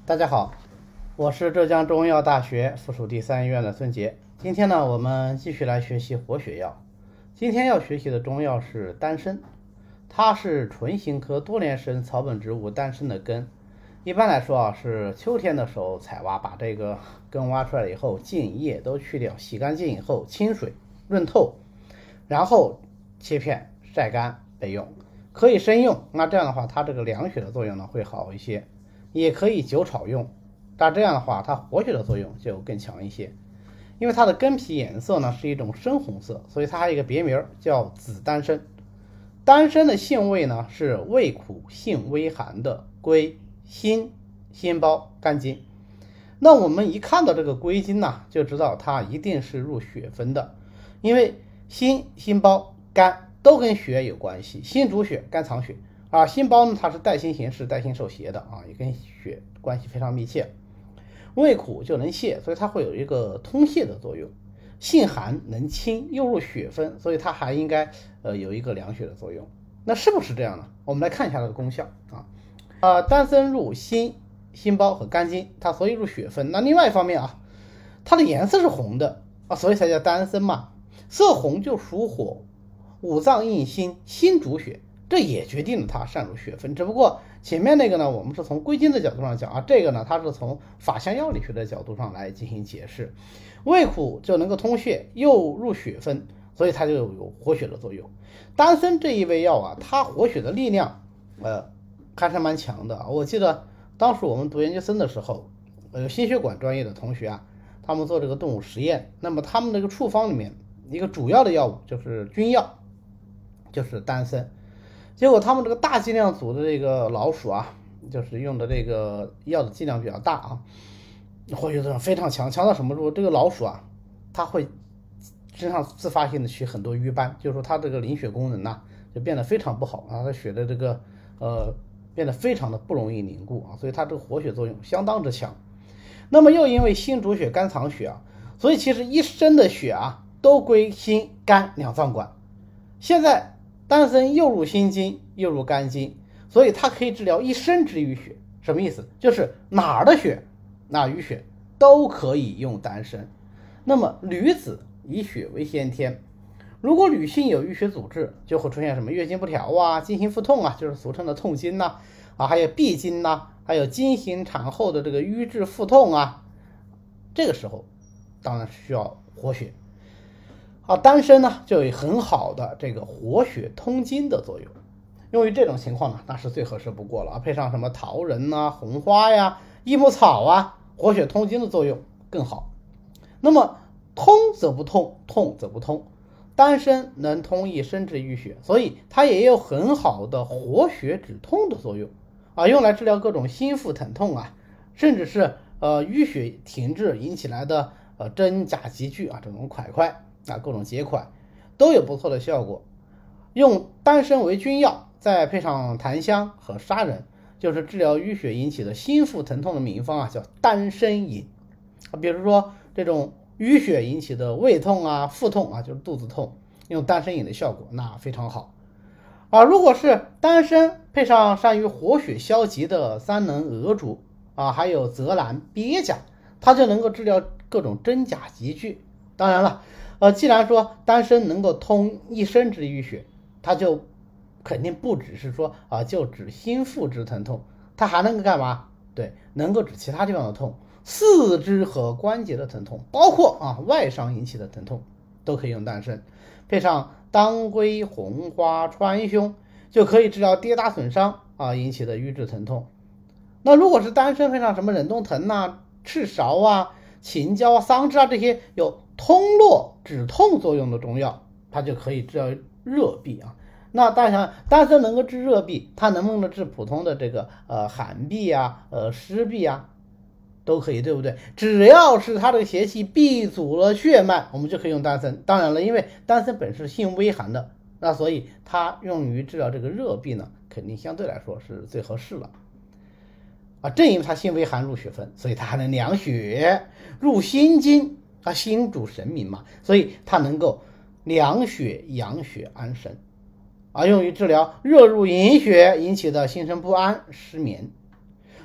大家好，我是浙江中医药大学附属第三医院的孙杰。今天呢，我们继续来学习活血药。今天要学习的中药是丹参，它是唇形科多年生草本植物丹参的根。一般来说啊，是秋天的时候采挖，把这个根挖出来以后，茎叶都去掉，洗干净以后清水润透，然后切片晒干备用。可以生用，那这样的话，它这个凉血的作用呢会好一些。也可以酒炒用，但这样的话，它活血的作用就更强一些。因为它的根皮颜色呢是一种深红色，所以它还有一个别名叫紫丹参。丹参的性味呢是味苦性微寒的，归心、心包、肝经。那我们一看到这个归经呢，就知道它一定是入血分的，因为心、心包、肝都跟血有关系，心主血，肝藏血。心包呢，它是带心行事，带心受邪的也跟血关系非常密切。味苦就能泻，所以它会有一个通泻的作用。性寒能清，又入血分，所以它还应该有一个凉血的作用。那是不是这样呢？我们来看一下它的功效丹参入心、心包和肝经，它所以入血分。那另外一方面它的颜色是红的所以才叫丹参嘛。色红就属火，五脏应心，心主血。这也决定了它善入血分，只不过前面那个呢，我们是从归经的角度上讲这个呢，它是从法象药理学的角度上来进行解释。味苦就能够通血，又入血分，所以它就有活血的作用。丹参这一味药它活血的力量还是蛮强的。我记得当时我们读研究生的时候，心血管专业的同学他们做这个动物实验，那么他们这个处方里面一个主要的药物就是君药，就是丹参。结果他们这个大剂量组的这个老鼠就是用的这个药的剂量比较大活血作用非常强，强到什么程度？这个老鼠它会身上自发性的起很多瘀斑，就是说它这个凝血功能就变得非常不好它血的这个变得非常的不容易凝固所以它这个活血作用相当之强。那么又因为心主血，肝藏血所以其实一身的血都归心、肝两脏管。现在丹参又入心经又入肝经，所以它可以治疗一身之淤血。什么意思？就是哪儿的血哪淤血都可以用丹参。那么女子以血为先天，如果女性有淤血阻滞，就会出现什么月经不调经行腹痛就是俗称的痛经还有闭经还有经行产后的这个瘀滞腹痛这个时候当然需要活血丹参呢就有很好的这个活血通经的作用。用于这种情况呢，那是最合适不过了配上什么桃仁红花益母草活血通经的作用更好。那么通则不痛，痛则不通，丹参能通一身之淤血，所以它也有很好的活血止痛的作用用来治疗各种心腹疼痛甚至是淤血停滞引起来的真假急剧这种块块各种结块都有不错的效果。用丹参为君药，再配上檀香和砂仁，就是治疗淤血引起的心腹疼痛的名方叫丹参饮比如说这种淤血引起的胃痛腹痛就是肚子痛，用丹参饮的效果那非常好如果是丹参配上善于活血消积的三能鹅竹还有泽兰、鳖甲，它就能够治疗各种真假急剧。当然了既然说丹参能够通一身之淤血，它就肯定不只是说就治心腹之疼痛，它还能够干嘛？对，能够治其他地方的痛，四肢和关节的疼痛，包括外伤引起的疼痛都可以用丹参。配上当归、红花、川芎，就可以治疗跌打损伤引起的瘀滞疼痛。那如果是丹参配上什么忍冬藤赤芍秦椒桑枝这些有通络止痛作用的中药，它就可以治疗热痹那大家想，丹参能够治热痹，它能不能治普通的这个寒痹湿痹都可以，对不对？只要是它的邪气闭阻了血脉，我们就可以用丹参。当然了，因为丹参本是性微寒的，那所以它用于治疗这个热痹呢，肯定相对来说是最合适了正因为它性微寒入血分，所以它还能凉血入心经心主神明嘛，所以它能够凉血养血安神用于治疗热入营血引起的心神不安失眠。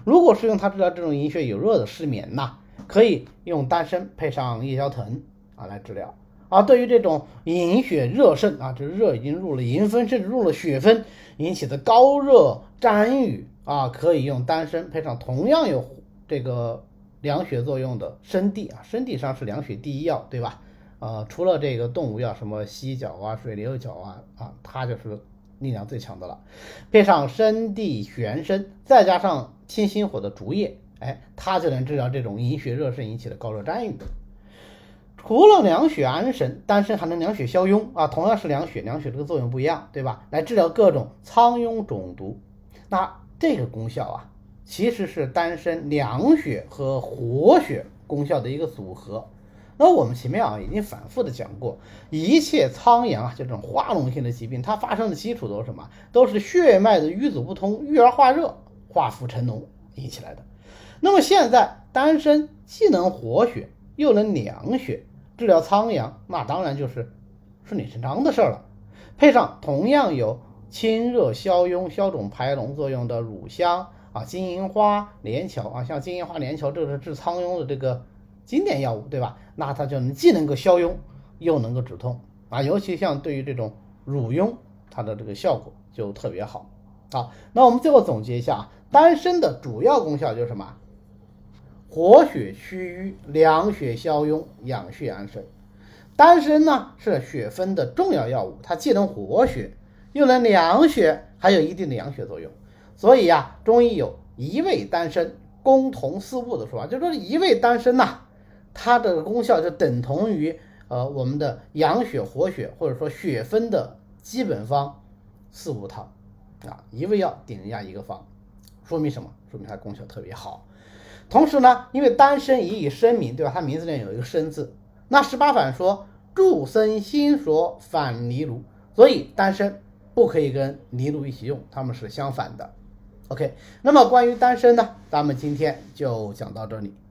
如果是用它治疗这种隐血有热的失眠呐，可以用丹参配上夜宵藤来治疗。而对于这种隐血热盛就是热已经入了营分，甚至入了血分引起的高热沾雨可以用丹参配上同样有这个凉血作用的生地生地上是凉血第一药，对吧？除了这个动物药，什么犀角水流角它就是力量最强的了。配上生地、玄参，再加上清心火的竹叶，它就能治疗这种隐血热盛引起的高热沾雨。除了凉血安神，丹参还能凉血消痈同样是凉血这个作用不一样，对吧？来治疗各种苍痈肿毒。那这个功效其实是丹参凉血和活血功效的一个组合。那我们前面已经反复的讲过，一切苍阳就这种化脓性的疾病，它发生的基础都是什么？都是血脉的瘀阻不通，郁而化热，化腐成脓引起来的。那么现在丹参既能活血又能凉血，治疗苍阳，那当然就是顺理成章的事了。配上同样有清热消痈、消肿排脓作用的乳香金银花、连翘像金银花、连翘，这是治苍痈的这个经典药物，对吧？那它就既能够消痈又能够止痛尤其像对于这种乳痈，它的这个效果就特别好那我们最后总结一下丹参的主要功效就是什么？活血祛瘀、凉血消痈、养血安神。丹参呢是血分的重要药物，它既能活血又能凉血，还有一定的养血作用。所以中医有一味丹参功同四物的说法，就是说一味丹参它的功效就等同于我们的养血活血或者说血分的基本方四物汤一味药顶人家一个方。说明什么？说明它功效特别好。同时呢，因为丹参以参名，对吧？它名字里有一个参字。那十八反说助参心浊反泥炉，所以丹参不可以跟泥炉一起用，它们是相反的。OK， 那么关于丹参呢，咱们今天就讲到这里。